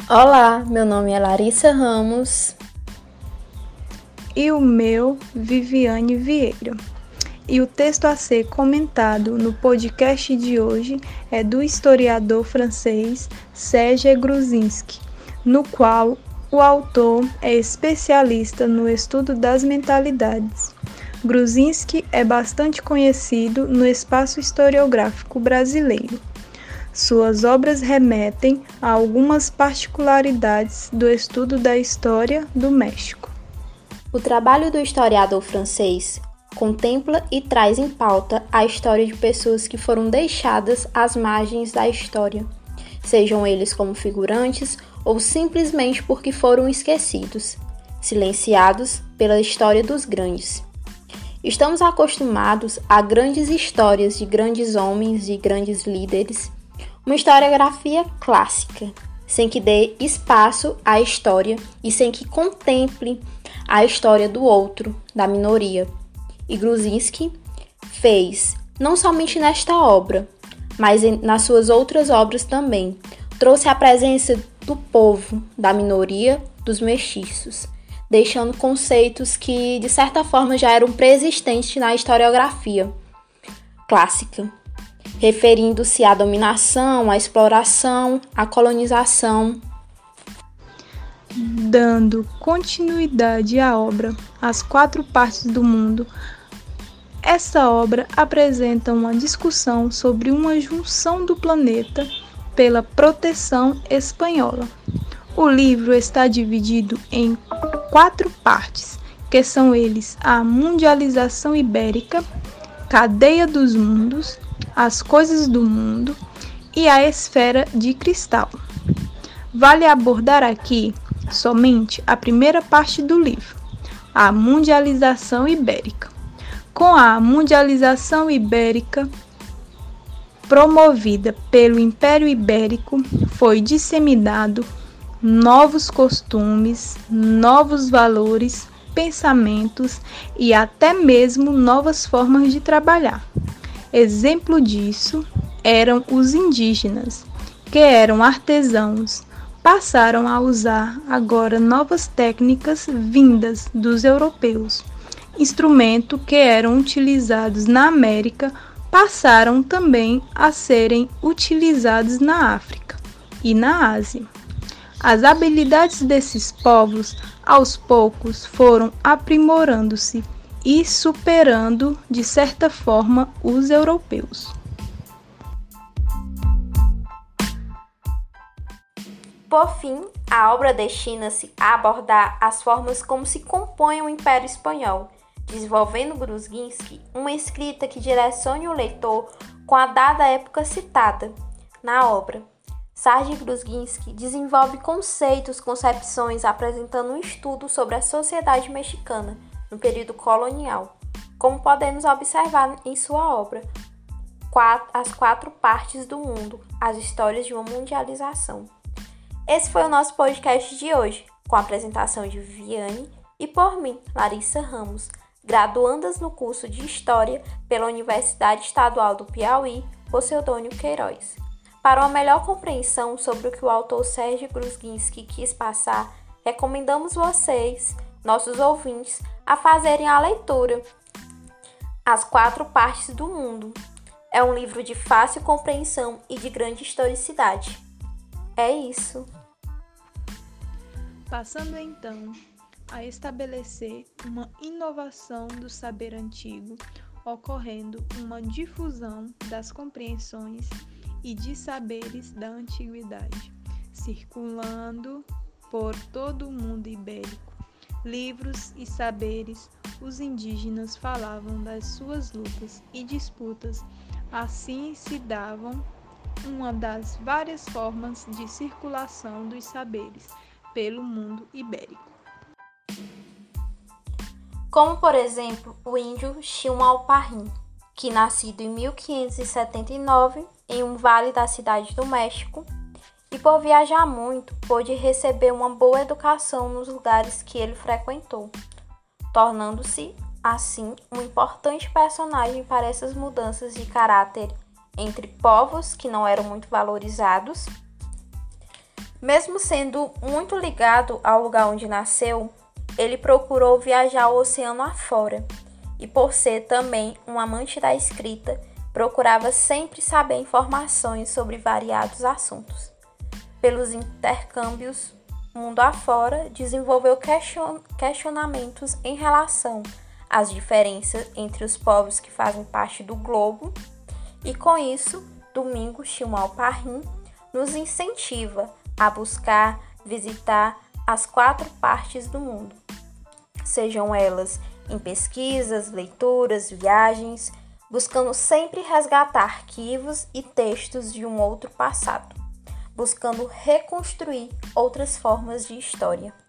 Olá, meu nome é Larissa Ramos. E o meu, Viviane Vieira. E o texto a ser comentado no podcast de hoje é do historiador francês Serge Gruzinski, no qual o autor é especialista no estudo das mentalidades. Gruzinski é bastante conhecido no espaço historiográfico brasileiro. Suas obras remetem a algumas particularidades do estudo da história do México. O trabalho do historiador francês contempla e traz em pauta a história de pessoas que foram deixadas às margens da história, sejam eles como figurantes ou simplesmente porque foram esquecidos, silenciados pela história dos grandes. Estamos acostumados a grandes histórias de grandes homens e grandes líderes, uma historiografia clássica, sem que dê espaço à história e sem que contemple a história do outro, da minoria. E Gruzinski fez, não somente nesta obra, mas nas suas outras obras também, trouxe a presença do povo, da minoria, dos mestiços, deixando conceitos que, de certa forma, já eram preexistentes na historiografia clássica, referindo-se à dominação, à exploração, à colonização. Dando continuidade à obra As Quatro Partes do Mundo, essa obra apresenta uma discussão sobre uma junção do planeta pela proteção espanhola. O livro está dividido em 4 partes, que são eles a mundialização ibérica, cadeia dos mundos, as coisas do mundo e a esfera de cristal. Vale abordar aqui somente a primeira parte do livro, a mundialização ibérica. Com a mundialização ibérica promovida pelo Império Ibérico, foi disseminado novos costumes, novos valores, pensamentos e até mesmo novas formas de trabalhar. Exemplo disso eram os indígenas, que eram artesãos, passaram a usar agora novas técnicas vindas dos europeus. Instrumentos que eram utilizados na América passaram também a serem utilizados na África e na Ásia. As habilidades desses povos, aos poucos, foram aprimorando-se e superando, de certa forma, os europeus. Por fim, a obra destina-se a abordar as formas como se compõe o Império Espanhol, desenvolvendo Gruzinski uma escrita que direcione o leitor com a dada época citada na obra. Serge Gruzinski desenvolve conceitos, concepções, apresentando um estudo sobre a sociedade mexicana no período colonial, como podemos observar em sua obra As Quatro Partes do Mundo, as histórias de uma mundialização. Esse foi o nosso podcast de hoje, com a apresentação de Viviane e por mim, Larissa Ramos, graduandas no curso de História pela Universidade Estadual do Piauí, Pocedônio Queiroz. Para uma melhor compreensão sobre o que o autor Serge Gruzinski quis passar, recomendamos vocês, nossos ouvintes, a fazerem a leitura. As Quatro Partes do Mundo é um livro de fácil compreensão e de grande historicidade. É isso. Passando então a estabelecer uma inovação do saber antigo, ocorrendo uma difusão das compreensões e de saberes da antiguidade, circulando por todo o mundo ibérico. Livros e saberes, os indígenas falavam das suas lutas e disputas, assim se davam uma das várias formas de circulação dos saberes pelo mundo ibérico. Como, por exemplo, o índio Ximalparim, que nascido em 1579 em um vale da cidade do México, e por viajar muito, pôde receber uma boa educação nos lugares que ele frequentou, tornando-se, assim, um importante personagem para essas mudanças de caráter entre povos que não eram muito valorizados Mesmo sendo muito ligado ao lugar onde nasceu, ele procurou viajar o oceano afora e, por ser também um amante da escrita, procurava sempre saber informações sobre variados assuntos. Pelos intercâmbios mundo afora, desenvolveu questionamentos em relação às diferenças entre os povos que fazem parte do globo e, com isso, Domingos Chimal Parrim nos incentiva a buscar visitar as 4 partes do mundo, sejam elas em pesquisas, leituras, viagens, buscando sempre resgatar arquivos e textos de um outro passado, buscando reconstruir outras formas de história.